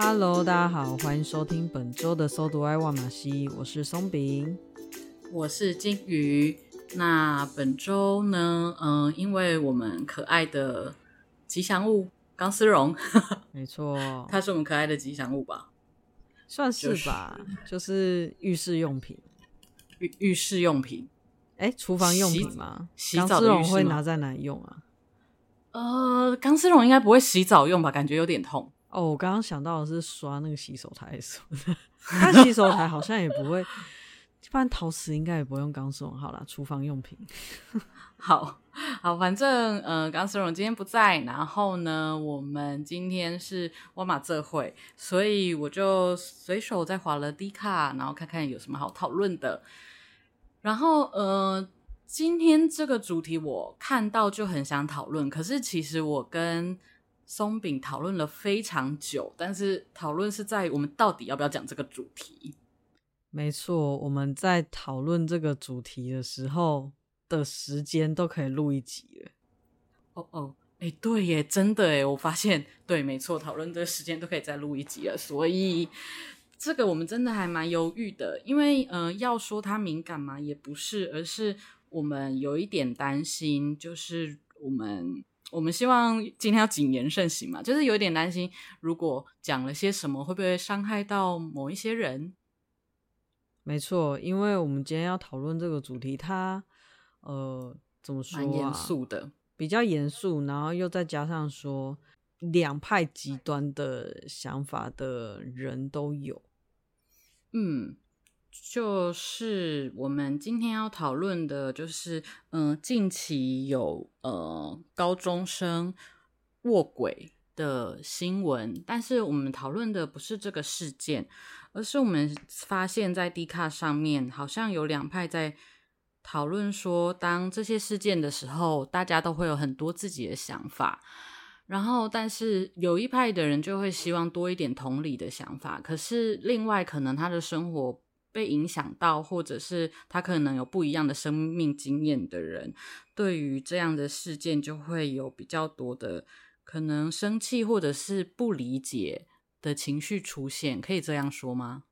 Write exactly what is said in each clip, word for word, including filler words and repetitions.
Hello， 大家好，欢迎收听本周的搜读爱万马西，我是松饼， 我是金鱼。那本周呢，嗯、呃，因为我们可爱的吉祥物钢丝绒， 没错， 它是我们可爱的吉祥物吧？ 算是吧，就是、就是浴室用品， 浴浴室用品， 哎，厨房用品吗？ 洗澡的浴室吗？ 钢丝绒会拿在哪里用啊？ 呃，钢丝绒应该不会洗澡用吧？感觉有点痛。 哦，我刚刚想到的是刷那个洗手台什么的，但洗手台好像也不会，一般陶瓷应该也不会用钢丝绒。好啦，厨房用品。 好好，反正呃，钢丝绒今天不在，然后呢，我们今天是挖马这会，所以我就随手在滑了 D 卡，然后看看有什么好讨论的。然后呃，今天这个主题我看到就很想讨论，可是其实我跟松饼讨论了非常久，但是讨论是在我们到底要不要讲这个主题。 没错，我们在讨论这个主题的时候的时间都可以录一集了。 哦哦，哎，对耶，真的耶，我发现对，没错，讨论的时间都可以再录一集了，所以这个我们真的还蛮犹豫的，因为呃，要说它敏感嘛，也不是，而是我们有一点担心，就是我们我们希望今天要谨言慎行嘛，就是有一点担心，如果讲了些什么，会不会伤害到某一些人？ 没错，因为我们今天要讨论这个主题，它呃怎么说啊？ 蛮严肃的， 比较严肃，然后又再加上说两派极端的想法的人都有。 嗯，就是我们今天要讨论的，就是嗯、呃，近期有呃高中生卧轨的新闻，但是我们讨论的不是这个事件，而是我们发现在 D 卡上面好像有两派在讨论说，当这些事件的时候，大家都会有很多自己的想法。然后，但是有一派的人就会希望多一点同理的想法，可是另外可能他的生活被影响到，或者是他可能有不一样的生命经验的人，对于这样的事件就会有比较多的可能生气或者是不理解的情绪出现，可以这样说吗？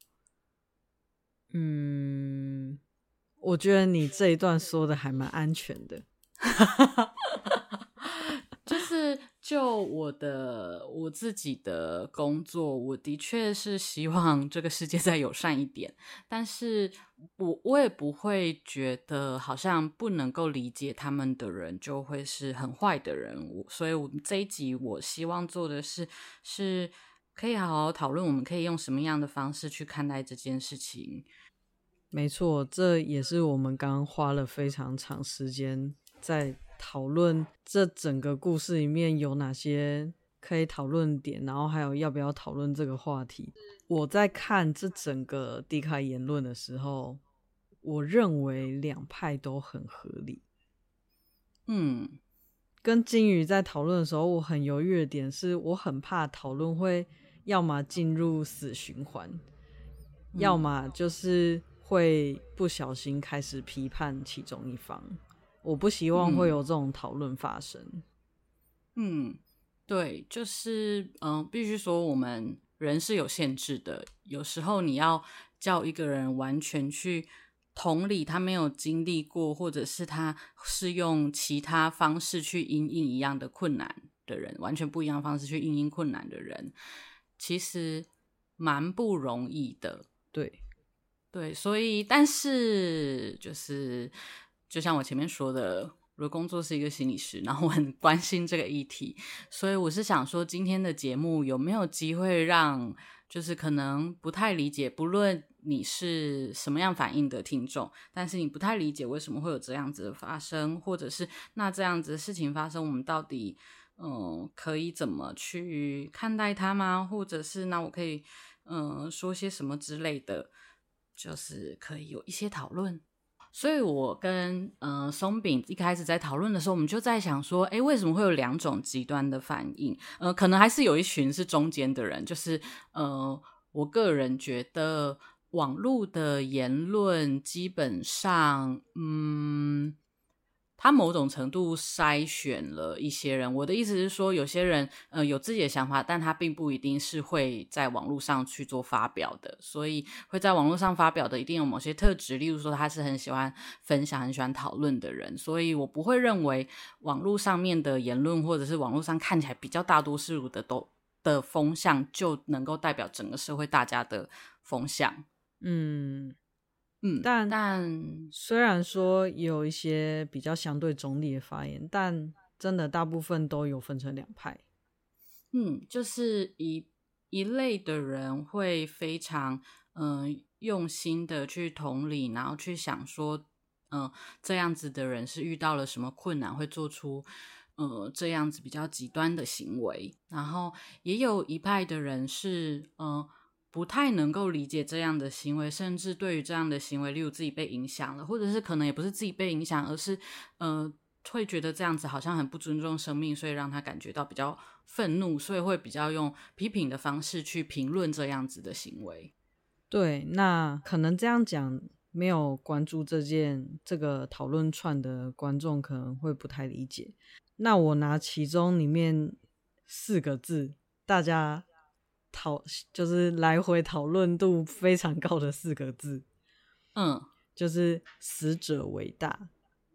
嗯，我觉得你这一段说的还蛮安全的。 就是就我的我自己的工作，我的确是希望这个世界再友善一点，但是我我也不会觉得好像不能够理解他们的人就会是很坏的人，所以我们这一集我希望做的是是可以好好讨论，我们可以用什么样的方式去看待这件事情。 没错，这也是我们刚刚花了非常长时间在讨论这整个故事里面有哪些可以讨论点，然后还有要不要讨论这个话题。我在看这整个迪卡言论的时候，我认为两派都很合理。 嗯， 跟金鱼在讨论的时候，我很犹豫的点是，我很怕讨论会要么进入死循环， 嗯要么就是会不小心开始批判其中一方。我不希望会有这种讨论发生。 嗯，对，就是嗯、呃，必须说我们人是有限制的，有时候你要叫一个人完全去同理他没有经历过，或者是他是用其他方式去因应一样的困难的人，完全不一样的方式去因应困难的人，其实蛮不容易的。 对对，所以但是就是就像我前面说的，我的工作是一个心理师，然后我很关心这个议题，所以我是想说今天的节目有没有机会让就是可能不太理解，不论你是什么样反应的听众，但是你不太理解为什么会有这样子的发生，或者是那这样子的事情发生，我们到底嗯可以怎么去看待它吗？或者是那我可以嗯说些什么之类的，就是可以有一些讨论。所以我跟呃松饼一开始在讨论的时候，我们就在想说，诶，为什么会有两种极端的反应？呃，可能还是有一群是中间的人，就是呃，我个人觉得网络的言论基本上，嗯， 他某种程度筛选了一些人。我的意思是说，有些人呃有自己的想法，但他并不一定是会在网络上去做发表的，所以会在网络上发表的一定有某些特质，例如说他是很喜欢分享很喜欢讨论的人，所以我不会认为网络上面的言论或者是网络上看起来比较大多数的都的风向就能够代表整个社会大家的风向。 嗯嗯， 但但虽然说有一些比较相对中立的发言，但真的大部分都有分成两派。 嗯，就是一一类的人会非常嗯、呃、用心的去同理，然后去想说嗯、呃、这样子的人是遇到了什么困难会做出呃这样子比较极端的行为，然后也有一派的人是呃不太能够理解这样的行为，甚至对于这样的行为例如自己被影响了，或者是可能也不是自己被影响，而是呃会觉得这样子好像很不尊重生命，所以让他感觉到比较愤怒，所以会比较用批评的方式去评论这样子的行为。 对，那可能这样讲没有关注这件这个讨论串的观众可能会不太理解。那我拿其中里面四个字大家讨就是来回讨论度非常高的四个字， 嗯， 就是死者为大。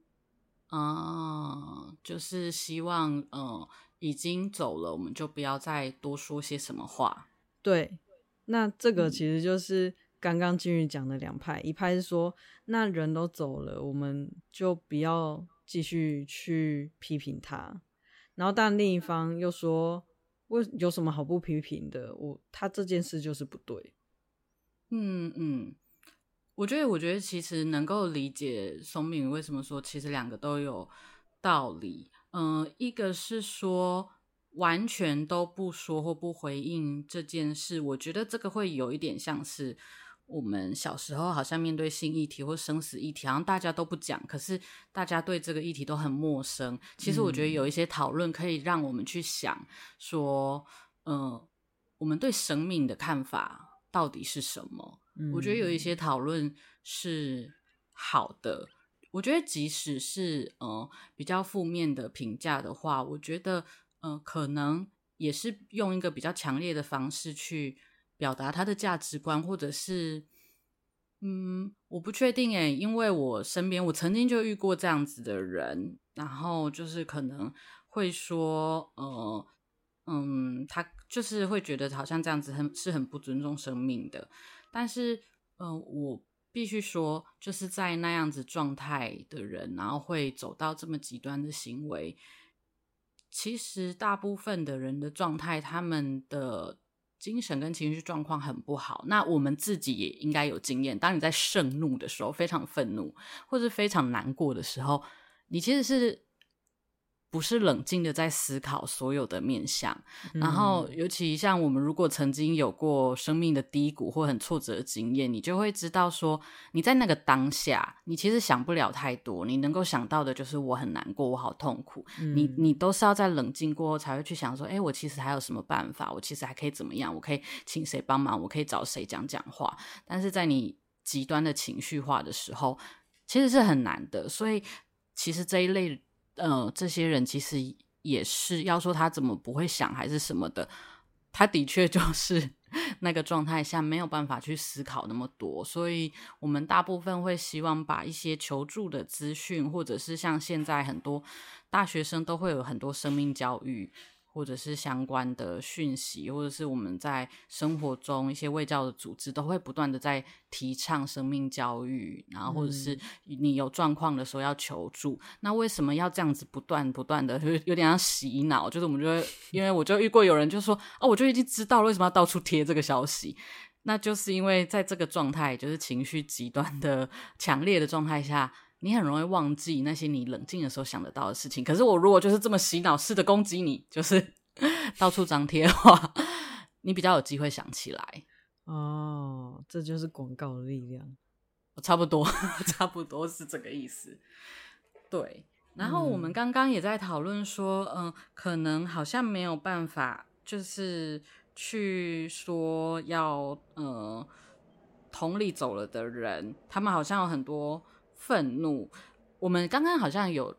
啊、就是希望呃已经走了，我们就不要再多说些什么话。 对，那这个嗯其实就是刚刚金鱼讲的两派，一派是说那人都走了，我们就不要继续去批评他，然后但另一方又说为有什么好不批评的，我他这件事就是不对。 嗯嗯，我觉得我觉得其实能够理解松敏为什么说其实两个都有道理。嗯、呃，一个是说完全都不说或不回应这件事，我觉得这个会有一点像是我们小时候好像面对性议题或生死议题，好像大家都不讲，可是大家对这个议题都很陌生。其实我觉得有一些讨论可以让我们去想说，呃，我们对生命的看法到底是什么？ 嗯， 我觉得有一些讨论是好的。我觉得即使是呃比较负面的评价的话，我觉得呃可能也是用一个比较强烈的方式去表达他的价值观，或者是嗯我不确定诶，因为我身边我曾经就遇过这样子的人，然后就是可能会说呃嗯他就是会觉得好像这样子很是很不尊重生命的，但是呃我必须说，就是在那样子状态的人，然后会走到这么极端的行为，其实大部分的人的状态，他们的精神跟情绪状况很不好。那我们自己也应该有经验，当你在盛怒的时候，非常愤怒，或是非常难过的时候，你其实是不是冷静的在思考所有的面向， 嗯然后尤其像我们如果曾经有过生命的低谷或很挫折的经验，你就会知道说你在那个当下你其实想不了太多，你能够想到的就是我很难过，我好痛苦， 嗯你你都是要在冷静过后才会去想说，诶，我其实还有什么办法，我其实还可以怎么样，我可以请谁帮忙，我可以找谁讲讲话。但是在你极端的情绪化的时候其实是很难的，所以其实这一类呃，这些人其实也是要说他怎么不会想还是什么的，他的确就是那个状态下没有办法去思考那么多，所以我们大部分会希望把一些求助的资讯，或者是像现在很多大学生都会有很多生命教育或者是相关的讯息，或者是我们在生活中一些卫教的组织都会不断的在提倡生命教育，然后或者是你有状况的时候要求助。那为什么要这样子不断不断的有点像洗脑，就是我们就会因为我就遇过有人就说哦，我就已经知道了为什么要到处贴这个消息，那就是因为在这个状态就是情绪极端的强烈的状态下，你很容易忘记那些你冷静的时候想得到的事情。可是我如果就是这么洗脑式的攻击你，就是到处张贴的话，你比较有机会想起来。 哦，这就是广告的力量。 差不多差不多是这个意思。对，然后我们刚刚也在讨论说嗯，可能好像没有办法就是去说要呃同理走了的人他们好像有很多愤怒，我们刚刚好像有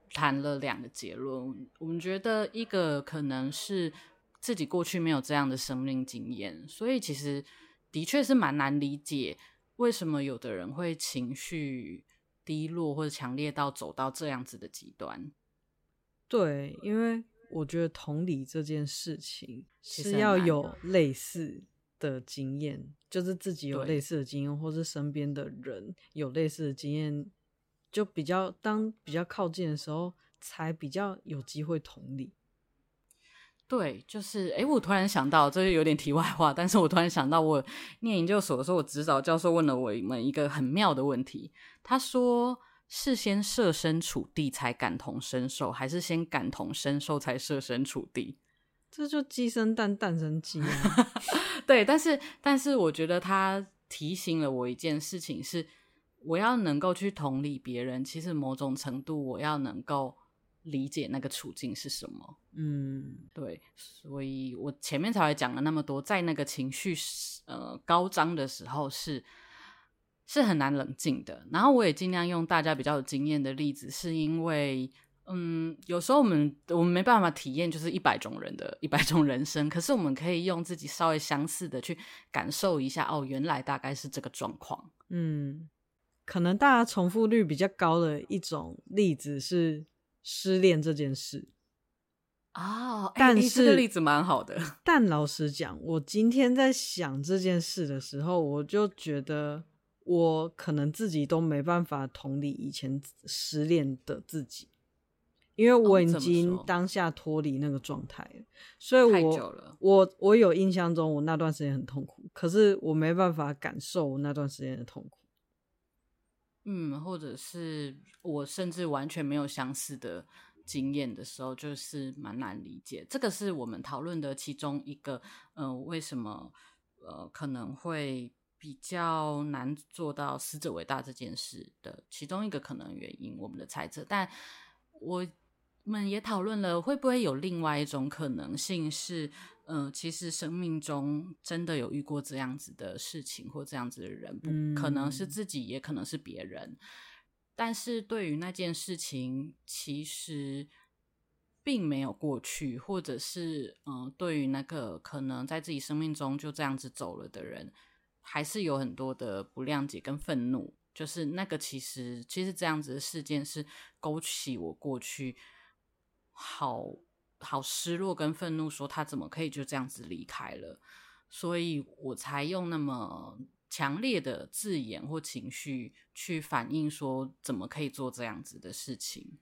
谈了两个结论。我们觉得一个可能是自己过去没有这样的生命经验，所以其实的确是蛮难理解为什么有的人会情绪低落或者强烈到走到这样子的极端。 对，因为我觉得同理这件事情是其实很难要有类似的经验，就是自己有对类似的经验，或是身边的人有类似的经验，就比较当比较靠近的时候，才比较有机会同理。 对，就是诶，我突然想到，这是有点题外话，但是我突然想到，我念研究所的时候，我指导教授问了我们一个很妙的问题。他说：“是先设身处地才感同身受，还是先感同身受才设身处地？” 这就鸡生蛋，蛋生鸡啊！ 对，但是但是我觉得他提醒了我一件事情是，我要能够去同理别人，其实某种程度我要能够理解那个处境是什么。 嗯， 对，所以我前面才会讲了那么多，在那个情绪呃高涨的时候是是很难冷静的。然后我也尽量用大家比较有经验的例子，是因为嗯，有时候我们我们没办法体验就是一百种人的一百种人生，可是我们可以用自己稍微相似的去感受一下，哦，原来大概是这个状况。 嗯，可能大家重复率比较高的一种例子是失恋这件事。 哦，哎、 但欸、这个是例子蛮好的。 但老实讲，我今天在想这件事的时候，我就觉得我可能自己都没办法同理以前失恋的自己，因为我哦， 已怎么说？ 经当下脱离那个状态了，所以太久我了。 我我有印象中我那段时间很痛苦，可是我没办法感受我那段时间的痛苦。 嗯，或者是我甚至完全没有相似的经验的时候，就是蛮难理解。这个是我们讨论的其中一个，呃，为什么呃可能会比较难做到死者为大这件事的其中一个可能原因，我们的猜测。但我们也讨论了会不会有另外一种可能性是，呃，其实生命中真的有遇过这样子的事情或这样子的人，不可能是嗯， 自己，也可能是别人。但是对于那件事情，其实并没有过去，或者是嗯、呃，对于那个可能在自己生命中就这样子走了的人，还是有很多的不谅解跟愤怒。就是那个其实其实这样子的事件是勾起我过去好好失落跟愤怒，说他怎么可以就这样子离开了，所以我才用那么强烈的字眼或情绪去反映说怎么可以做这样子的事情。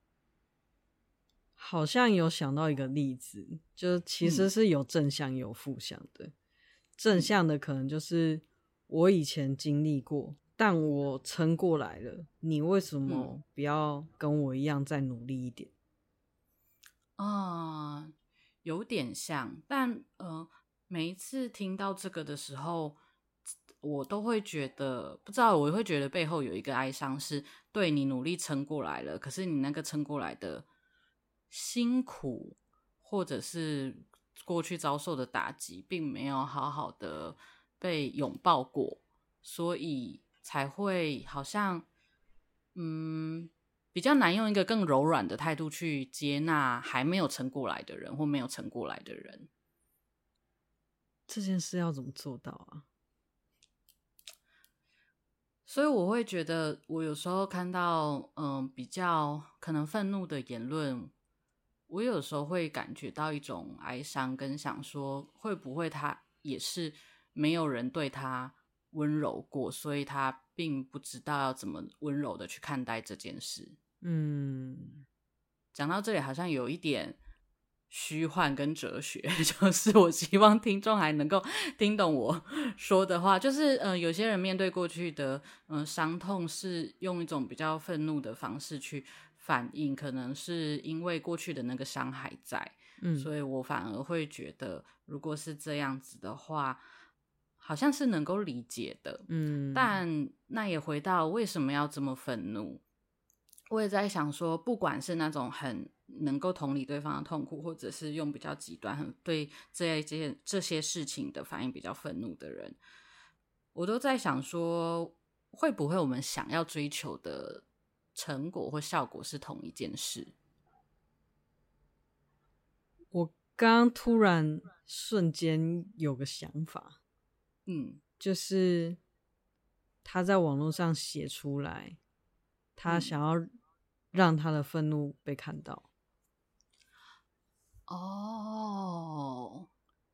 好像有想到一个例子，就其实嗯是有正向有负向的。正向的可能就是我以前经历过，但我撑过来了，你为什嗯么不要跟我一样再努力一点？ 啊、有点像，但呃，每一次听到这个的时候，我都会觉得，不知道，我会觉得背后有一个哀伤是，对，你努力撑过来了，可是你那个撑过来的辛苦，或者是过去遭受的打击，并没有好好的被拥抱过，所以才会好像，嗯。比较难用一个更柔软的态度去接纳还没有撑过来的人或没有撑过来的人。 这件事要怎么做到啊？ 所以我会觉得，我有时候看到嗯比较可能愤怒的言论，我有时候会感觉到一种哀伤，跟想说会不会他也是没有人对他温柔过，所以他并不知道要怎么温柔的去看待这件事。 嗯， 讲到这里好像有一点虚幻跟哲学，就是我希望听众还能够听懂我说的话。就是呃，有些人面对过去的嗯、呃、伤痛，是用一种比较愤怒的方式去反应，可能是因为过去的那个伤还在， 嗯所以我反而会觉得，如果是这样子的话，好像是能够理解的。 嗯但那也回到为什么要这么愤怒？我也在想说，不管是那种很能够同理对方的痛苦，或者是用比较极端、很对这些这些事情的反应比较愤怒的人，我都在想说，会不会我们想要追求的成果或效果是同一件事。 我刚突然瞬间有个想法， 嗯， 就是他在网络上写出来，他想要让他的愤怒被看到。 哦，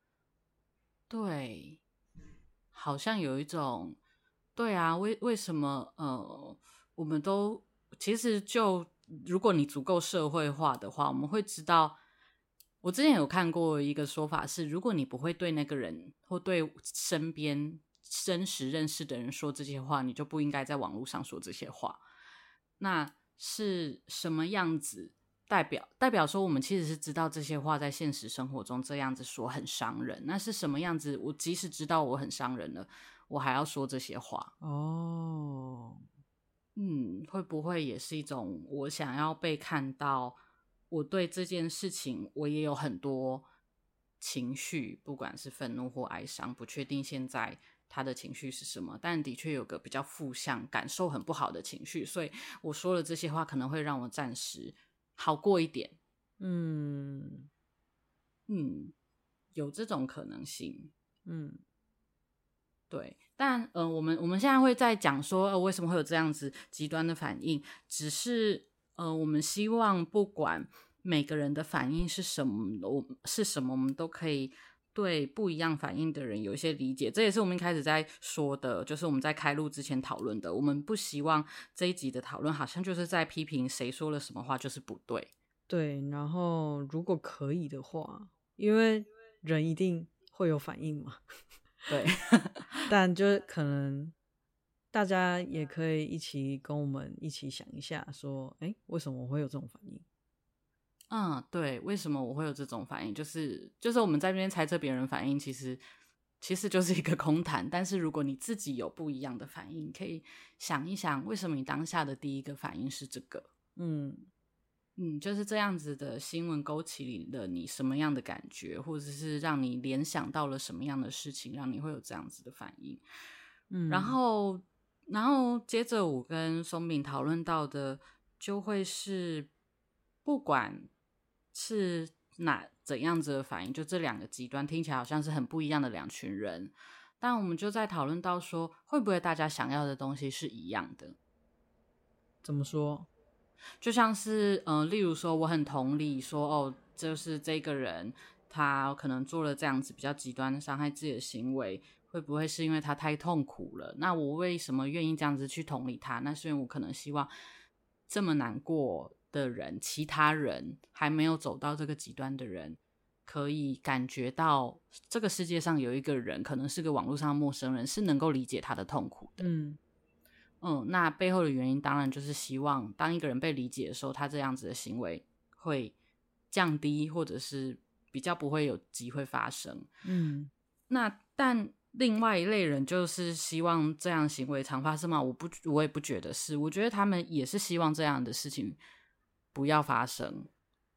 对，好像有一种，对啊，为为什么呃，我们都其实就如果你足够社会化的话，我们会知道。我之前有看过一个说法是，如果你不会对那个人或对身边真实认识的人说这些话，你就不应该在网络上说这些话。那是什么样子？代表代表说我们其实是知道这些话在现实生活中这样子说很伤人。那是什么样子？我即使知道我很伤人了，我还要说这些话。 哦， 嗯，会不会也是一种我想要被看到？我对这件事情我也有很多情绪，不管是愤怒或哀伤，不确定现在他的情绪是什么，但的确有个比较负向感受很不好的情绪，所以我说了这些话可能会让我暂时好过一点。 嗯嗯，有这种可能性。 嗯， 对，但呃，我们我们现在会在讲说，呃，为什么会有这样子极端的反应，只是呃，我们希望不管每个人的反应是什么，我是什么，我们都可以对不一样反应的人有一些理解。这也是我们一开始在说的，就是我们在开录之前讨论的。我们不希望这一集的讨论好像就是在批评谁说了什么话就是不对。 对。然后如果可以的话，因为人一定会有反应嘛， 对， 但就可能大家也可以一起跟我们一起想一下，说，哎，为什么我会有这种反应？ 嗯，对，为什么我会有这种反应？就是就是我们在这边猜测别人反应，其实其实就是一个空谈。但是如果你自己有不一样的反应，可以想一想，为什么你当下的第一个反应是这个？ 嗯嗯，就是这样子的新闻勾起了你什么样的感觉，或者是让你联想到了什么样的事情，让你会有这样子的反应。 嗯， 然后，然后接着我跟松饼讨论到的，就会是不管是哪怎样子的反应，就这两个极端听起来好像是很不一样的两群人，但我们就在讨论到说，会不会大家想要的东西是一样的？ 怎么说？ 就像是呃，例如说，我很同理说，哦，就是这个人他可能做了这样子比较极端伤害自己的行为，会不会是因为他太痛苦了？那我为什么愿意这样子去同理他？那是因为我可能希望这么难过的人，其他人还没有走到这个极端的人，可以感觉到这个世界上有一个人，可能是个网络上的陌生人，是能够理解他的痛苦的。 嗯嗯，那背后的原因当然就是希望当一个人被理解的时候，他这样子的行为会降低，或者是比较不会有机会发生。 嗯那但另外一类人就是希望这样行为常发生吗？我不，我也不觉得是。我觉得他们也是希望这样的事情不要发生，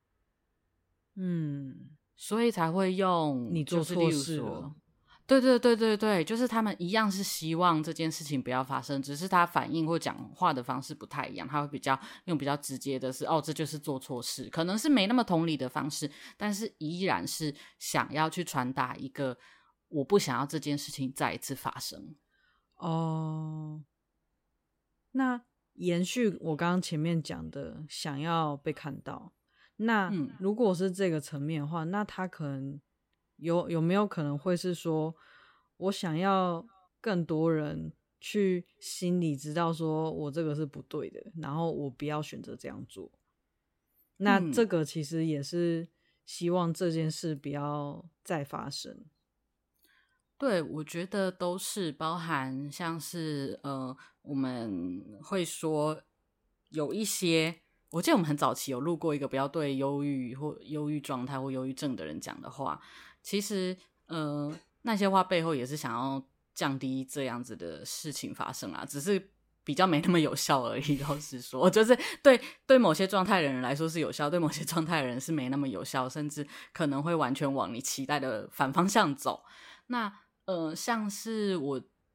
嗯， 所以才会用你做就是例错事如说了。 对对对对对，就是他们一样是希望这件事情不要发生，只是他反应或讲话的方式不太一样，他会比较用比较直接的是哦，这就是做错事，可能是没那么同理的方式，但是依然是想要去传达一个我不想要这件事情再一次发生。 哦，那延续我刚刚前面讲的，想要被看到，那嗯如果是这个层面的话，那他可能有有没有可能会是说，我想要更多人去心里知道说我这个是不对的，然后我不要选择这样做。那嗯， 这个其实也是希望这件事不要再发生。 对，我觉得都是包含像是呃，我们会说有一些，我记得我们很早期有录过一个不要对忧郁或忧郁状态或忧郁症的人讲的话，其实呃那些话背后也是想要降低这样子的事情发生啦，只是比较没那么有效而已。老实说，就是对对某些状态的人来说是有效，对某些状态的人是没那么有效，甚至可能会完全往你期待的反方向走。那呃，像是我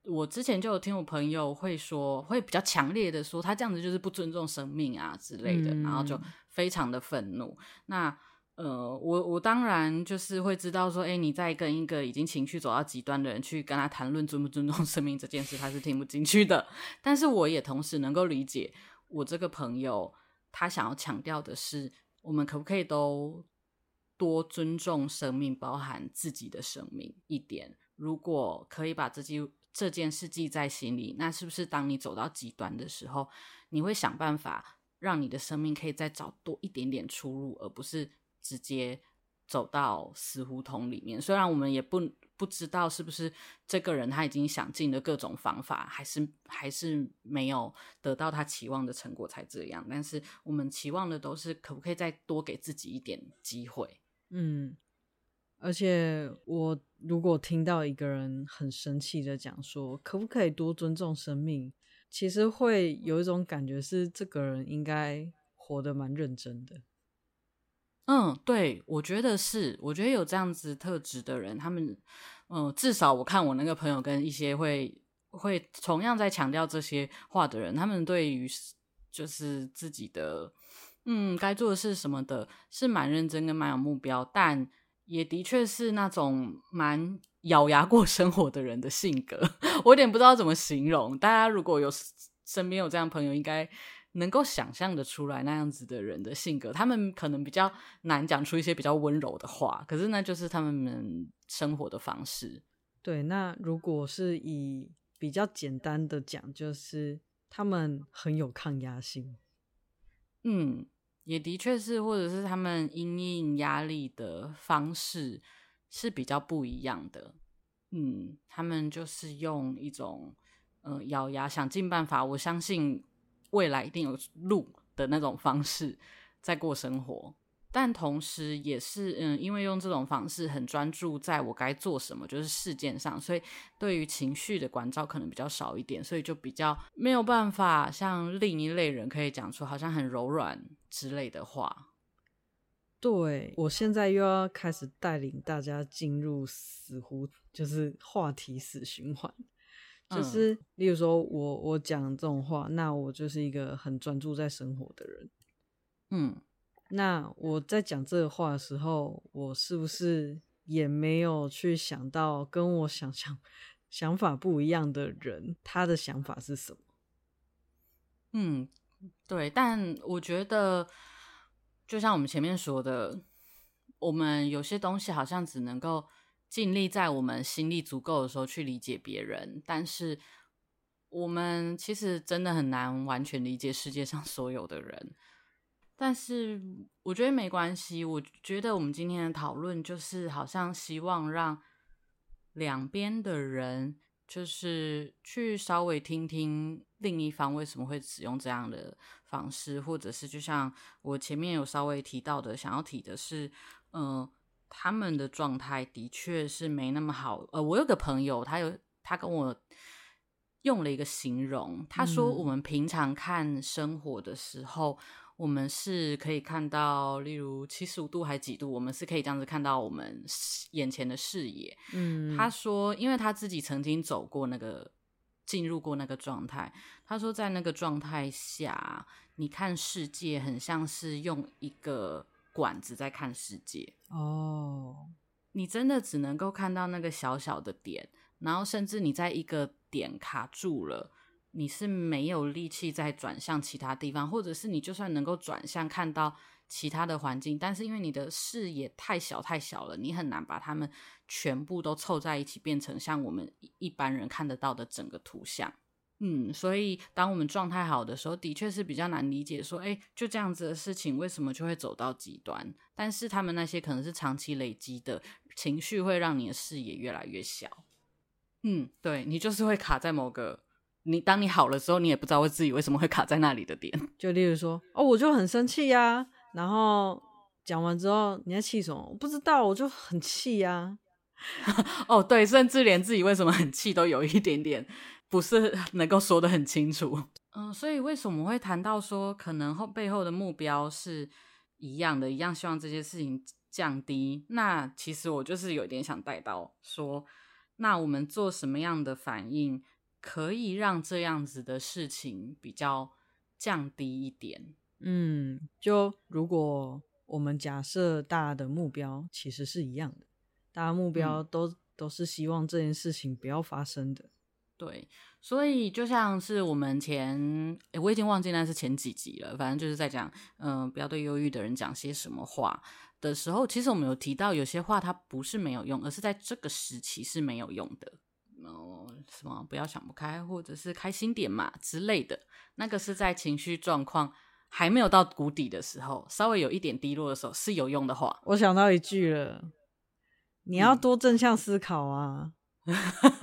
我之前就有听我朋友会说，会比较强烈的说他这样子就是不尊重生命啊之类的， 嗯、 然后就非常的愤怒。那呃，我我当然就是会知道说，哎，你在跟一个已经情绪走到极端的人去跟他谈论尊不尊重生命这件事，他是听不进去的。但是我也同时能够理解我这个朋友他想要强调的是，我们可不可以都多尊重生命，包含自己的生命一点。如果可以把这记这件事记在心里，那是不是当你走到极端的时候，你会想办法让你的生命可以再找多一点点出路，而不是直接走到死胡同里面。虽然我们也不不知道是不是这个人他已经想尽了各种方法，还是还是没有得到他期望的成果才这样，但是我们期望的都是可不可以再多给自己一点机会。 嗯，而且我如果听到一个人很生气的讲说可不可以多尊重生命，其实会有一种感觉是这个人应该活得蛮认真的。 嗯，对，我觉得是，我觉得有这样子特质的人，他们，嗯，至少我看我那个朋友跟一些会会同样在强调这些话的人，他们对于就是自己的，嗯，该做的事什么的，是蛮认真跟蛮有目标，但也的确是那种蛮咬牙过生活的人的性格。我有点不知道怎么形容，大家如果有身边有这样的朋友，应该能够想象的出来那样子的人的性格。他们可能比较难讲出一些比较温柔的话，可是那就是他们生活的方式。 对，那如果是以比较简单的讲，就是他们很有抗压性。 嗯，也的确是，或者是他们因应压力的方式是比较不一样的。嗯，他们就是用一种呃咬牙想尽办法，我相信未来一定有路的那种方式在过生活。但同时也是嗯，因为用这种方式很专注在我该做什么，就是事件上，所以对于情绪的关照可能比较少一点，所以就比较没有办法像另一类人可以讲出好像很柔软之类的话。 对，我现在又要开始带领大家进入死胡，就是话题死循环。就嗯是例如说我我讲这种话，那我就是一个很专注在生活的人。 嗯， 那我在讲这个话的时候，我是不是也没有去想到跟我想象想法不一样的人，他的想法是什么？ 嗯，对，但我觉得就像我们前面说的，我们有些东西好像只能够尽力在我们心力足够的时候去理解别人，但是我们其实真的很难完全理解世界上所有的人。但是我觉得没关系，我觉得我们今天的讨论就是好像希望让两边的人就是去稍微听听另一方为什么会使用这样的方式，或者是就像我前面有稍微提到的，想要提的是呃，他们的状态的确是没那么好。呃，我有个朋友，他有他跟我用了一个形容，他说我们平常看生活的时候，我们是可以看到例如七十五度还几度，我们是可以这样子看到我们眼前的视野。 嗯， 他说因为他自己曾经走过那个进入过那个状态，他说在那个状态下你看世界很像是用一个管子在看世界哦， 你真的只能够看到那个小小的点，然后甚至你在一个点卡住了，你是没有力气再转向其他地方，或者是你就算能够转向看到其他的环境，但是因为你的视野太小太小了，你很难把它们全部都凑在一起变成像我们一般人看得到的整个图像。嗯，所以当我们状态好的时候，的确是比较难理解说，哎，就这样子的事情为什么就会走到极端，但是他们那些可能是长期累积的情绪会让你的视野越来越小。嗯，对，你就是会卡在某个你当你好了之后，你也不知道自己为什么会卡在那里的点。 就例如说，哦，我就很生气呀，然后讲完之后你在气什么？我不知道，我就很气呀。 哦，对，甚至连自己为什么很气都有一点点不是能够说得很清楚。嗯，所以为什么会谈到说可能后背后的目标是一样的，一样希望这些事情降低，那其实我就是有点想带到说，那我们做什么样的反应可以让这样子的事情比较降低一点。 嗯，就如果我们假设大家的目标其实是一样的，大家目标都、嗯、都是希望这件事情不要发生的。 对，所以就像是我们前诶我已经忘记那是前几集了，反正就是在讲嗯、呃，不要对忧郁的人讲些什么话的时候，其实我们有提到有些话它不是没有用，而是在这个时期是没有用的。哦，什么不要想不开，或者是开心点嘛之类的，那个是在情绪状况还没有到谷底的时候，稍微有一点低落的时候是有用的话。 我想到一句了，你要多正向思考啊。嗯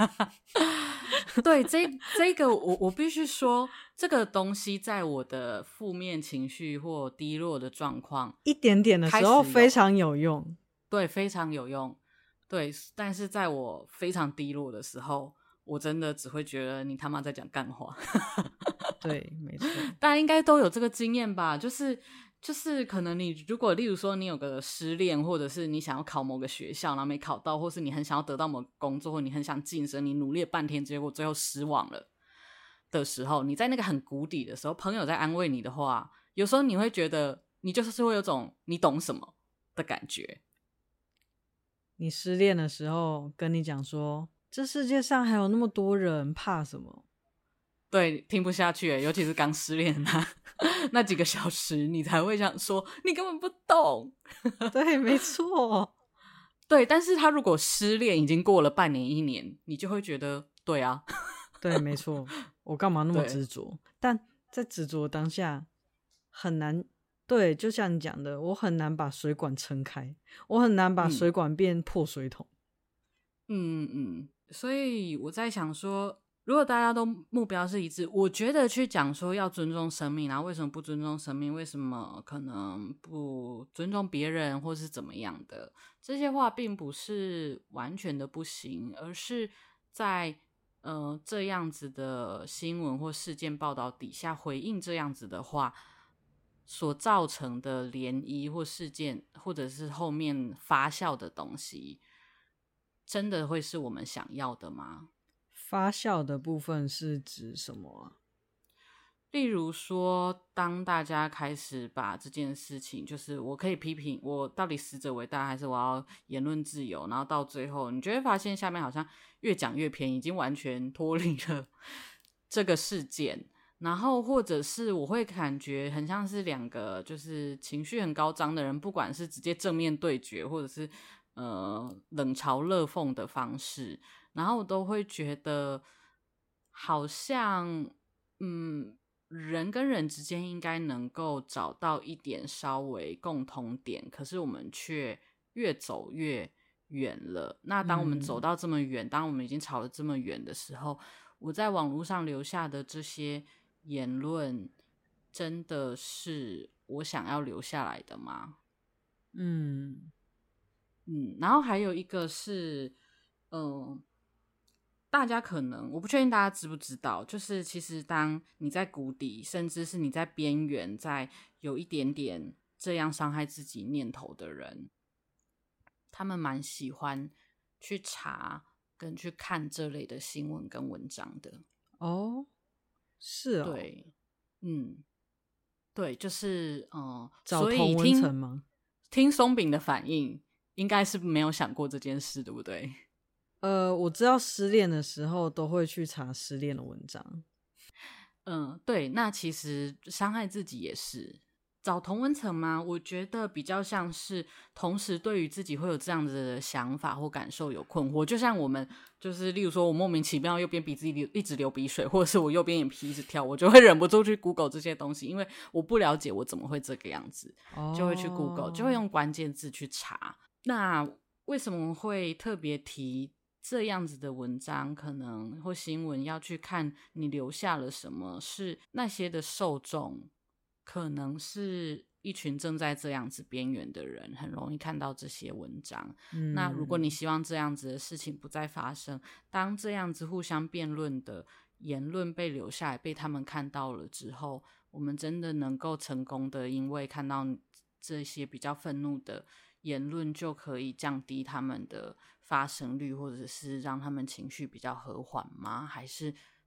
对，这这个我我必须说，这个东西在我的负面情绪或低落的状况一点点的时候非常有用， 对，非常有用。对，但是在我非常低落的时候，我真的只会觉得你他妈在讲干话。 对，没错， 大家应该都有这个经验吧？就是就是可能你如果例如说你有个失恋，或者是你想要考某个学校然后没考到，或是你很想要得到某个工作，或你很想晋升，你努力了半天结果最后失望了的时候，你在那个很谷底的时候，朋友在安慰你的话，有时候你会觉得你就是会有种你懂什么的感觉。 你失恋的时候跟你讲说这世界上还有那么多人，怕什么？ 对，听不下去耶，尤其是刚失恋那那几个小时，你才会想说你根本不懂。 对，没错。 对，但是他如果失恋已经过了半年一年，你就会觉得对啊。 对，没错，我干嘛那么执着？但在执着当下很难。对，就像你讲的，我很难把水管撑开，我很难把水管变破水桶。 嗯嗯，所以我在想说，如果大家都目标是一致，我觉得去讲说要尊重生命，然后为什么不尊重生命，为什么可能不尊重别人或是怎么样的，这些话并不是完全的不行，而是在呃这样子的新闻或事件报道底下回应这样子的话所造成的涟漪或事件，或者是后面发酵的东西，真的会是我们想要的吗？ 发酵的部分是指什么啊？ 例如说，当大家开始把这件事情，就是我可以批评，我到底死者为大还是我要言论自由，然后到最后你就会发现下面好像越讲越偏，已经完全脱离了这个事件，然后或者是我会感觉很像是两个就是情绪很高涨的人，不管是直接正面对决，或者是呃冷嘲热讽的方式，然后我都会觉得好像嗯人跟人之间应该能够找到一点稍微共同点，可是我们却越走越远了。那当我们走到这么远、嗯、当我们已经吵得这么远的时候，我在网络上留下的这些言论真的是我想要留下来的吗？ 嗯嗯，然后还有一个是嗯、呃大家可能我不确定大家知不知道，就是其实当你在谷底，甚至是你在边缘，在有一点点这样伤害自己念头的人，他们蛮喜欢去查跟去看这类的新闻跟文章的。 哦，是哦， 对，嗯，对，就是嗯， 找同温层吗？ 听松饼的反应，应该是没有想过这件事，对不对？ 呃，我知道失恋的时候都会去查失恋的文章。 嗯，对，那其实伤害自己也是找同温层吗？我觉得比较像是同时对于自己会有这样子的想法或感受有困惑，就像我们就是例如说我莫名其妙右边鼻子一直流鼻水，或者是我右边眼皮一直跳，我就会忍不住去 Google 这些东西，因为我不了解我怎么会这个样子，就会去 Google， 就会用关键字去查。那为什么会特别提这样子的文章可能或新闻要去看你留下了什么，是那些的受众可能是一群正在这样子边缘的人，很容易看到这些文章、嗯、那如果你希望这样子的事情不再发生，当这样子互相辩论的言论被留下来被他们看到了之后，我们真的能够成功的因为看到这些比较愤怒的言论就可以降低他们的发生率，或者是让他们情绪比较和缓吗？还是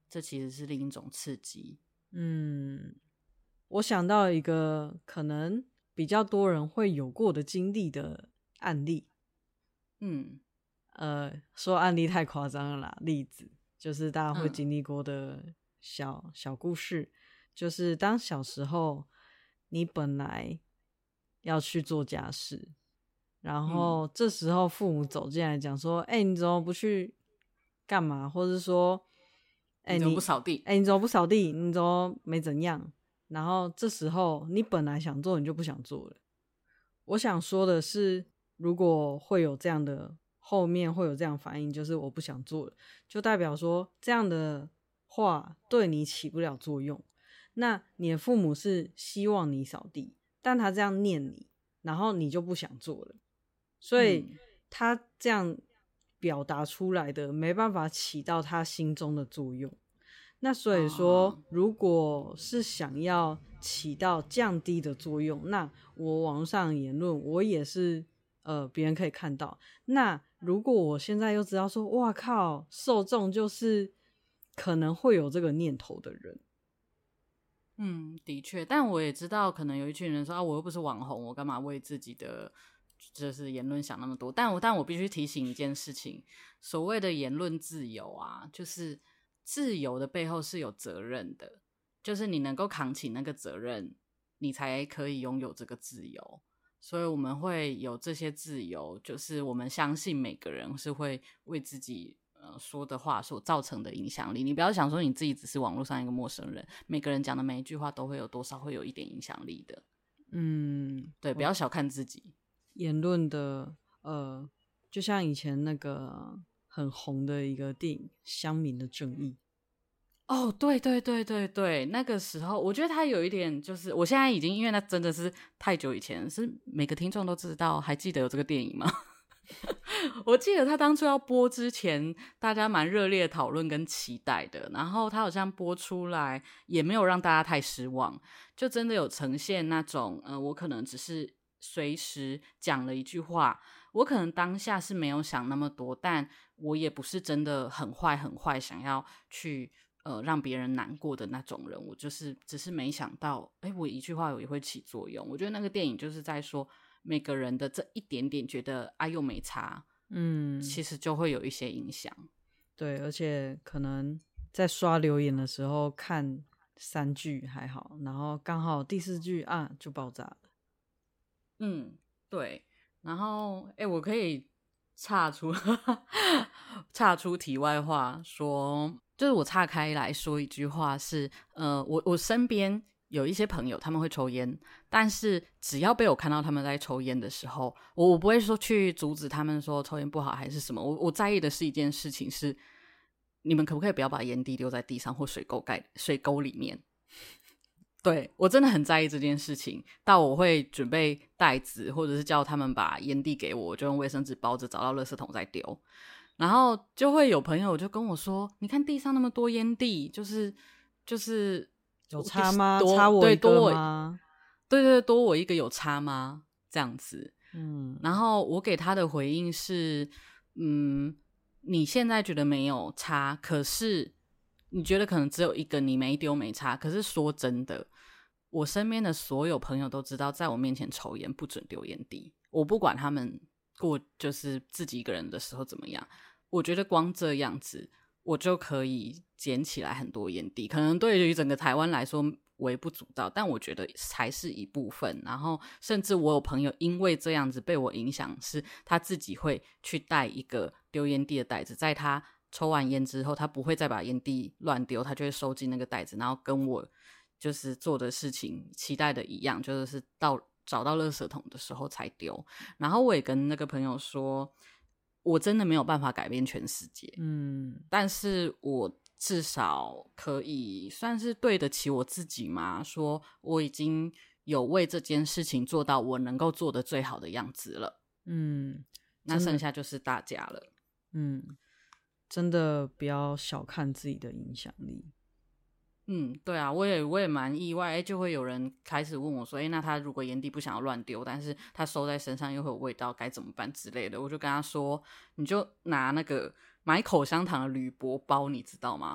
这其实是另一种刺激。 嗯，我想到一个可能比较多人会有过的经历的案例。 嗯， 呃，说案例太夸张了啦，例子就是大家会嗯经历过的小、小故事，就是当小时候你本来要去做家事，然后这时候父母走进来讲说：“哎、你怎么不去干嘛？”或者说：“哎、 你怎么你不扫地？ 哎、你怎么不扫地？你怎么没怎样？”然后这时候你本来想做，你就不想做了。我想说的是，如果会有这样的后面会有这样反应，就是我不想做了，就代表说这样的话对你起不了作用。那你的父母是希望你扫地，但他这样念你，然后你就不想做了，所以嗯他这样表达出来的没办法起到他心中的作用。那所以说， 哦如果是想要起到降低的作用，那我网络上的言论我也是呃别人可以看到。那如果我现在又知道说，哇靠，受众就是可能会有这个念头的人。 嗯，的确，但我也知道，可能有一群人说啊，我又不是网红，我干嘛为自己的就是言论想那么多？但我但我必须提醒一件事情，所谓的言论自由啊，就是自由的背后是有责任的，就是你能够扛起那个责任，你才可以拥有这个自由。所以我们会有这些自由，就是我们相信每个人是会为自己呃说的话所造成的影响力。你不要想说你自己只是网络上一个陌生人，每个人讲的每一句话都会有多少会有一点影响力的。 嗯， 对，不要小看自己。 言论的呃，就像以前那个很红的一个电影《乡民的正义》。 哦，对对对对对，那个时候我觉得他有一点，就是我现在已经因为那真的是太久以前，是每个听众都知道，还记得有这个电影吗？我记得他当初要播之前，大家蛮热烈的讨论跟期待的，然后他好像播出来也没有让大家太失望，就真的有呈现那种，呃，我可能只是随时讲了一句话，我可能当下是没有想那么多，但我也不是真的很坏很坏，想要去呃让别人难过的那种人，我就是只是没想到，哎，我一句话也会起作用。我觉得那个电影就是在说每个人的这一点点觉得啊又没差， 嗯， 其实就会有一些影响。 对，而且可能在刷留言的时候看三句还好，然后刚好第四句啊就爆炸了。 嗯，对。然后，哎，我可以岔出岔出题外话说，就是我岔开来说一句话是，呃，我我身边有一些朋友他们会抽烟，但是只要被我看到他们在抽烟的时候，我我不会说去阻止他们说抽烟不好还是什么，我我在意的是一件事情是，你们可不可以不要把烟蒂丢在地上或水沟盖水沟里面？对，我真的很在意这件事情，到我会准备袋子，或者是叫他们把烟蒂给我，我就用卫生纸包着，找到垃圾桶再丢。然后就会有朋友就跟我说：“你看地上那么多烟蒂，就是就是有差吗？ 多差我一个对多我吗？ 对对多我一个有差吗？这样子。” 嗯， 然后我给他的回应是：“嗯，你现在觉得没有差，可是你觉得可能只有一个你没丢没差，可是说真的。”我身边的所有朋友都知道，在我面前抽烟不准丢烟蒂。我不管他们过就是自己一个人的时候怎么样，我觉得光这样子，我就可以捡起来很多烟蒂。可能对于整个台湾来说微不足道，但我觉得才是一部分。然后甚至我有朋友因为这样子被我影响，是他自己会去带一个丢烟蒂的袋子，在他抽完烟之后，他不会再把烟蒂乱丢，他就会收进那个袋子，然后跟我就是做的事情期待的一样，就是到找到垃圾桶的时候才丢。然后我也跟那个朋友说，我真的没有办法改变全世界， 嗯， 但是我至少可以算是对得起我自己嘛，说我已经有为这件事情做到我能够做的最好的样子了。 嗯， 那剩下就是大家了。 嗯，真的不要小看自己的影响力。 嗯，对啊，我也我也蛮意外，哎，就会有人开始问我说，哎，那他如果烟蒂不想要乱丢，但是他收在身上又会有味道，该怎么办之类的？我就跟他说，你就拿那个买口香糖的铝箔包，你知道吗？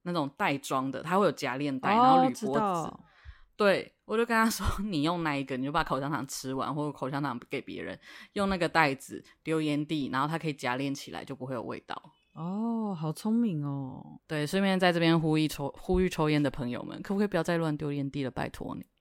那种袋装的，它会有夹链袋， 哦， 然后铝知箔纸。 道对，我就跟他说，你用那一个，你就把口香糖吃完，或者口香糖给别人，用那个袋子丢烟蒂，然后它可以夹链起来，就不会有味道。 哦，好聪明哦。 对，顺便在这边呼吁抽呼吁抽烟的朋友们，可不可以不要再乱丢烟蒂了，拜托你。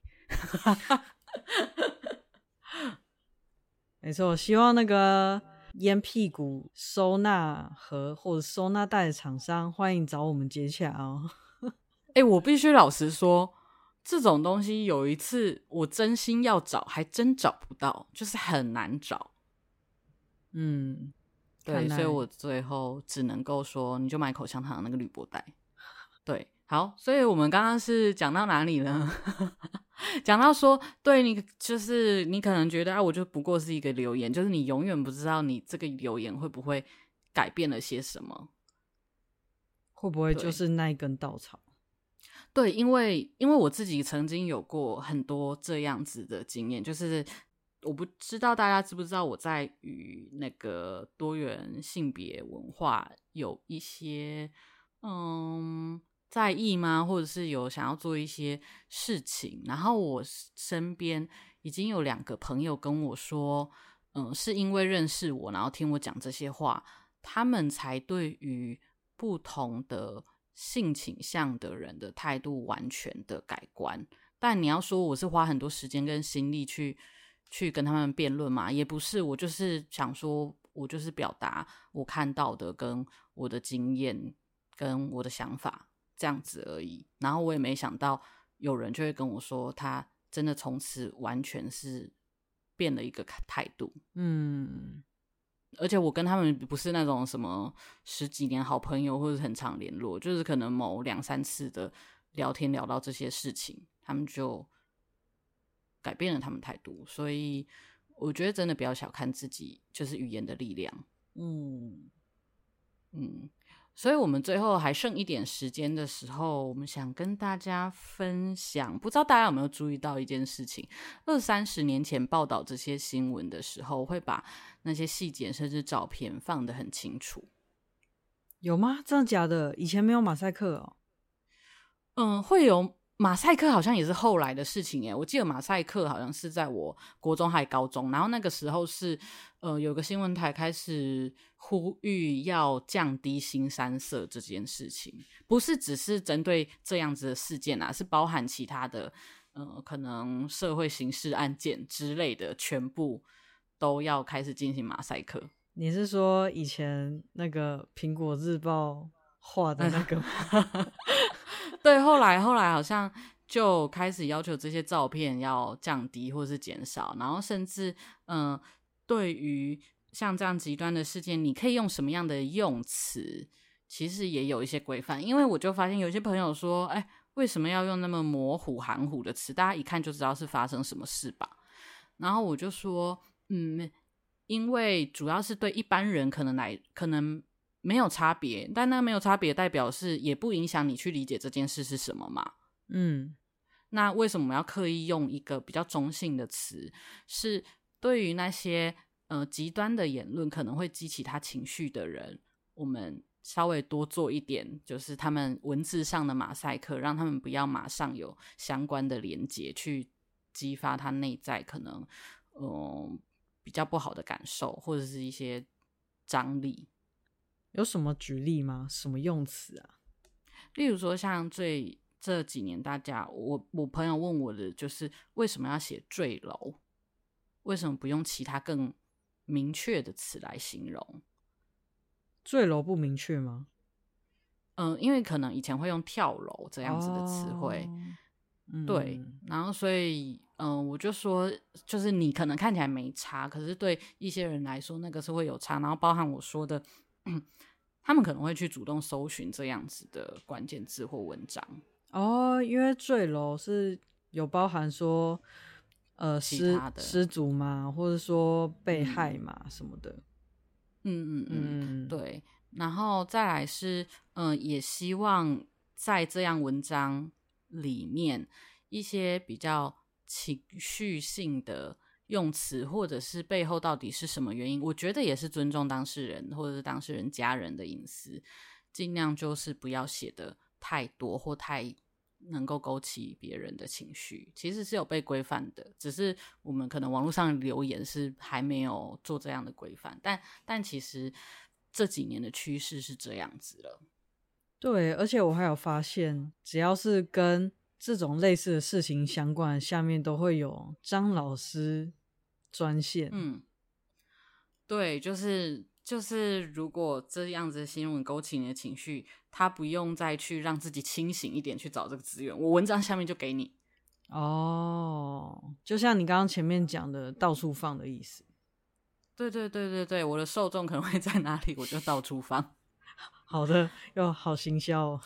没错，希望那个烟屁股收纳盒或者收纳袋的厂商，欢迎找我们接洽哦。 哎、欸，我必须老实说，这种东西有一次我真心要找，还真找不到，就是很难找。 嗯， 对，所以我最后只能够说，你就买口香糖的那个铝箔袋。对，好，所以我们刚刚是讲到哪里呢？讲到说，对你就是你可能觉得啊，我就不过是一个留言，就是你永远不知道你这个留言会不会改变了些什么， 会不会就是那一根稻草？ 对，因为因为我自己曾经有过很多这样子的经验，就是我不知道大家知不知道我在与那个多元性别文化有一些嗯在意吗？或者是有想要做一些事情，然后我身边已经有两个朋友跟我说，嗯，是因为认识我，然后听我讲这些话，他们才对于不同的性倾向的人的态度完全的改观。但你要说我是花很多时间跟心力去去跟他们辩论嘛，也不是，我就是想说我就是表达我看到的跟我的经验跟我的想法这样子而已。然后我也没想到有人就会跟我说他真的从此完全是变了一个态度。 嗯， 而且我跟他们不是那种什么十几年好朋友或者很常联络，就是可能某两三次的聊天聊到这些事情，他们就改变了他们态度。所以我觉得真的不要小看自己就是语言的力量。 嗯嗯，所以我们最后还剩一点时间的时候，我们想跟大家分享，不知道大家有没有注意到一件事情，二三十年前报道这些新闻的时候，会把那些细节甚至照片放得很清楚。 有吗？真的假的？以前没有马赛克哦。 嗯，会有马赛克，好像也是后来的事情耶。我记得马赛克好像是在我国中还高中，然后那个时候是呃有个新闻台开始呼吁要降低腥羶色这件事情，不是只是针对这样子的事件啊，是包含其他的呃可能社会刑事案件之类的，全部都要开始进行马赛克。 你是说以前那个苹果日报画的那个吗？ 对，后来后来好像就开始要求这些照片要降低或是减少，然后甚至嗯、呃，对于像这样极端的事件，你可以用什么样的用词，其实也有一些规范。因为我就发现有些朋友说，哎，为什么要用那么模糊含糊的词？大家一看就知道是发生什么事吧。然后我就说，嗯，因为主要是对一般人可能来可能没有差别，但那没有差别代表是也不影响你去理解这件事是什么嘛。 嗯， 那为什么我们要刻意用一个比较中性的词？是对于那些呃极端的言论可能会激起他情绪的人，我们稍微多做一点，就是他们文字上的马赛克，让他们不要马上有相关的连结去激发他内在可能嗯、呃、比较不好的感受，或者是一些张力。 有什么举例吗？什么用词啊？ 例如说像最这几年大家我我朋友问我的就是为什么要写坠楼，为什么不用其他更明确的词来形容？ 坠楼不明确吗？ 嗯，因为可能以前会用跳楼这样子的词汇、 哦嗯、 对，然后所以嗯，我就说就是你可能看起来没差，可是对一些人来说那个是会有差，然后包含我说的他们可能会去主动搜寻这样子的关键字或文章。 哦，因为坠楼是有包含说呃失失足嘛，或者说被害嘛、嗯、什么的。 嗯嗯嗯，对。然后再来是嗯、呃，也希望在这样文章里面一些比较情绪性的用词，或者是背后到底是什么原因，我觉得也是尊重当事人或者是当事人家人的隐私，尽量就是不要写的太多或太能够勾起别人的情绪，其实是有被规范的，只是我们可能网络上留言是还没有做这样的规范，但但其实这几年的趋势是这样子了。 对，而且我还有发现，只要是跟这种类似的事情相关，下面都会有张老师专线。 嗯，对，就是就是如果这样子的新闻勾起你的情绪，他不用再去让自己清醒一点去找这个资源，我文章下面就给你。 哦，就像你刚刚前面讲的到处放的意思。 对对对对对，我的受众可能会在哪里，我就到处放。 好的，要好行销哦。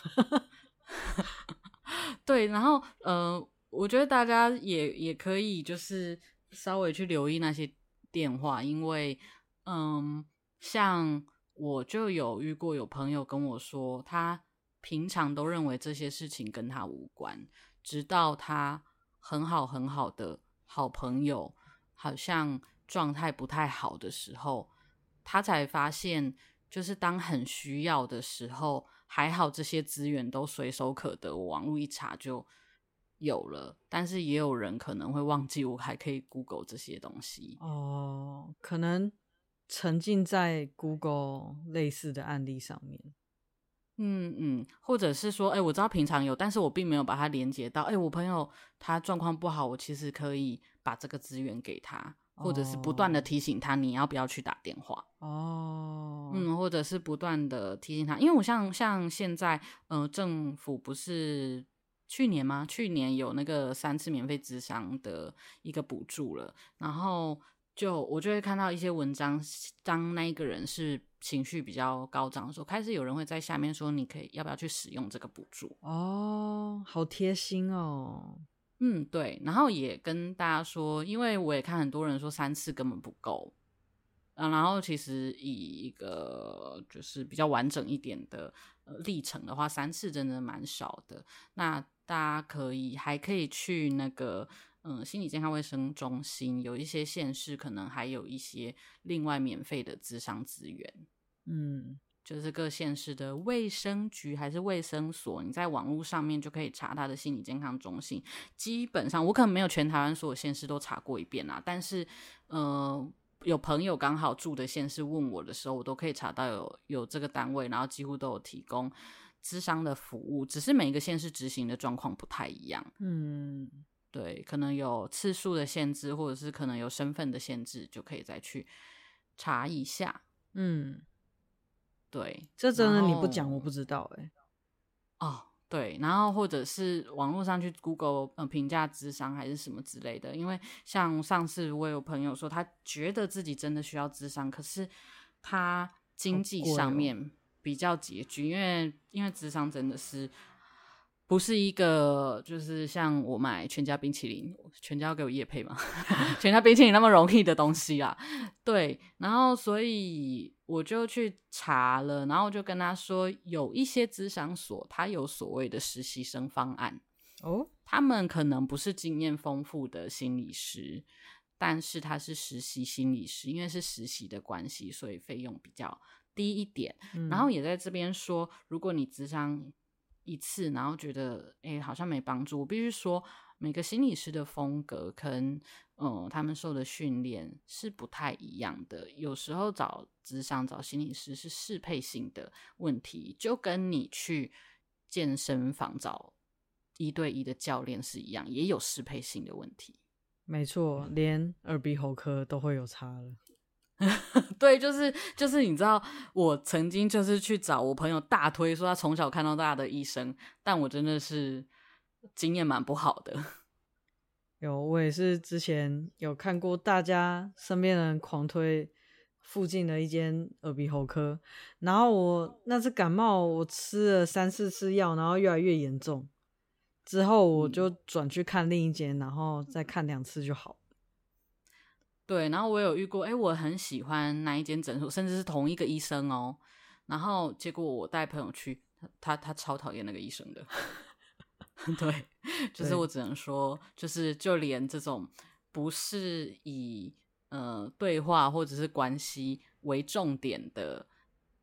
对，然后呃，我觉得大家也也可以就是稍微去留意那些电话，因为嗯，像我就有遇过有朋友跟我说，他平常都认为这些事情跟他无关，直到他很好很好的好朋友好像状态不太好的时候，他才发现，就是当很需要的时候，还好这些资源都随手可得，我网络一查就有了。但是也有人可能会忘记我还可以 Google 这些东西。 哦，可能沉浸在 Google 类似的案例上面。 嗯嗯，或者是说，哎、欸，我知道平常有，但是我并没有把它连接到，哎、欸，我朋友他状况不好，我其实可以把这个资源给他，或者是不断的提醒他你要不要去打电话。 哦， 嗯，或者是不断的提醒他，因为我像像现在，呃，政府不是去年吗？去年有那个三次免费咨商的一个补助了，然后就我就会看到一些文章，当那一个人是情绪比较高涨的时候，开始有人会在下面说，你可以要不要去使用这个补助？ 哦，好贴心哦。 嗯，对，然后也跟大家说，因为我也看很多人说三次根本不够。嗯，然后其实以一个就是比较完整一点的呃历程的话，三次真的蛮少的。那大家可以还可以去那个嗯心理健康卫生中心，有一些县市可能还有一些另外免费的咨商资源。 嗯， 就是各县市的卫生局还是卫生所，你在网络上面就可以查他的心理健康中心。基本上我可能没有全台湾所有县市都查过一遍啊，但是呃。有朋友刚好住的县市问我的时候，我都可以查到有有这个单位，然后几乎都有提供諮商的服务，只是每一个县市执行的状况不太一样。 嗯， 对，可能有次数的限制，或者是可能有身份的限制，就可以再去查一下。 嗯， 对， 这真的你不讲我不知道哎、欸。 哦。对，然后或者是网络上去 Google 呃评价諮商还是什么之类的，因为像上次我有朋友说他觉得自己真的需要諮商，可是他经济上面比较拮据，哦、因为因为諮商真的是不是一个就是像我买全家冰淇淋，全家要给我业配嘛，全家冰淇淋那么容易的东西啊，对，然后所以我就去查了，然后我就跟他说，有一些諮商所他有所谓的实习生方案哦， 他们可能不是经验丰富的心理师，但是他是实习心理师，因为是实习的关系，所以费用比较低一点。嗯、然后也在这边说，如果你諮商一次，然后觉得哎好像没帮助，我必须说每个心理师的风格跟嗯他们受的训练是不太一样的，有时候找諮商找心理师是适配性的问题，就跟你去健身房找一对一的教练是一样，也有适配性的问题。 没错，连耳鼻喉科都会有差了。 对，就是就是你知道，我曾经就是去找我朋友大推说他从小看到大的医生，但我真的是经验蛮不好的。 有，我也是之前有看过大家身边人狂推附近的一间耳鼻喉科，然后我那次感冒，我吃了三四次药，然后越来越严重，之后我就转去看另一间，然后再看两次就好。 对，然后我有遇过，哎，我很喜欢那一间诊所，甚至是同一个医生哦。然后结果我带朋友去，他他他超讨厌那个医生的。对，就是我只能说，就是就连这种不是以呃对话或者是关系为重点的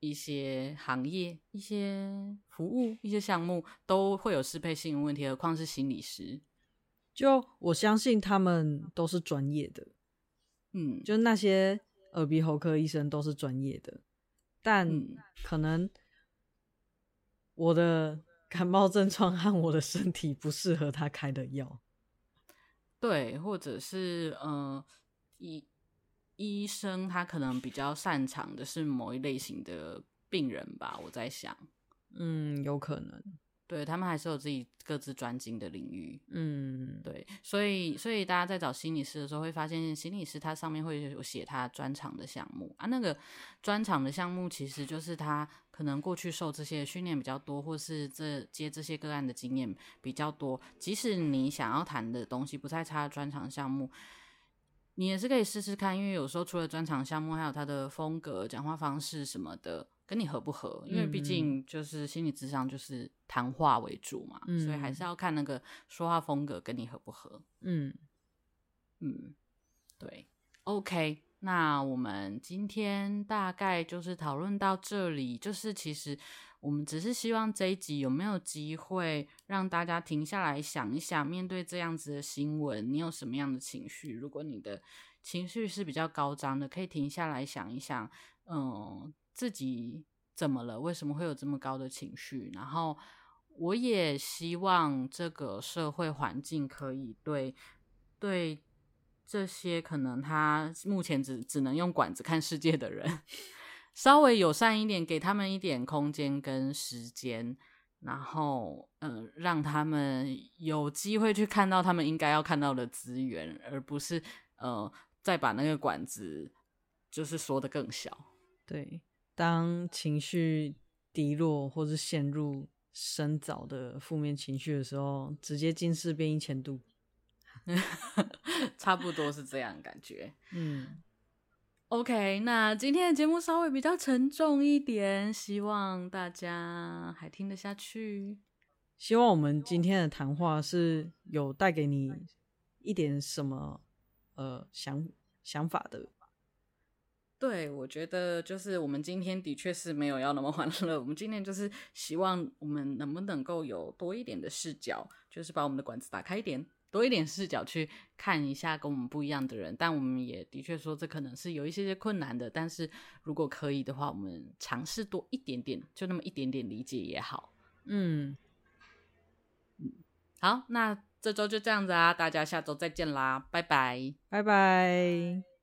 一些行业、一些服务、一些项目都会有适配性的问题，何况是心理师。 就我相信他们都是专业的， 嗯， 就那些耳鼻喉科医生都是专业的，但嗯可能我的感冒症状和我的身体不适合他开的药。 对，或者是呃，医医生他可能比较擅长的是某一类型的病人吧，我在想。 嗯，有可能。 对，他们还是有自己各自专精的领域。 嗯， 对，所以所以大家在找心理师的时候会发现，心理师他上面会有写他专长的项目啊，那个专长的项目其实就是他可能过去受这些训练比较多，或是这接这些个案的经验比较多，即使你想要谈的东西不太差的专长项目，你也是可以试试看，因为有时候除了专长项目，还有他的风格、讲话方式什么的跟你合不合，因为毕竟就是心理咨商就是谈话为主嘛， 嗯， 所以还是要看那个说话风格跟你合不合。 嗯嗯，对 ，OK，那我们今天大概就是讨论到这里，就是其实我们只是希望这一集有没有机会让大家停下来想一想，面对这样子的新闻，你有什么样的情绪？如果你的情绪是比较高涨的，可以停下来想一想，嗯，自己怎么了？为什么会有这么高的情绪？然后我也希望这个社会环境可以对对这些可能他目前只只能用管子看世界的人稍微友善一点，给他们一点空间跟时间，然后呃，让他们有机会去看到他们应该要看到的资源，而不是呃再把那个管子就是缩得更小。 对，当情绪低落或是陷入深早的负面情绪的时候，直接近视变一千度。 差不多是这样的感觉。 嗯 OK， 那今天的节目稍微比较沉重一点，希望大家还听得下去。 希望我们今天的谈话是有带给你一点什么呃想想法的。 对，我觉得就是我们今天的确是没有要那么欢乐，我们今天就是希望我们能不能够有多一点的视角，就是把我们的管子打开一点，多一点视角去看一下跟我们不一样的人。但我们也的确说这可能是有一些些困难的，但是如果可以的话，我们尝试多一点点，就那么一点点理解也好。 嗯， 好，那这周就这样子啊，大家下周再见啦，拜拜。 拜拜。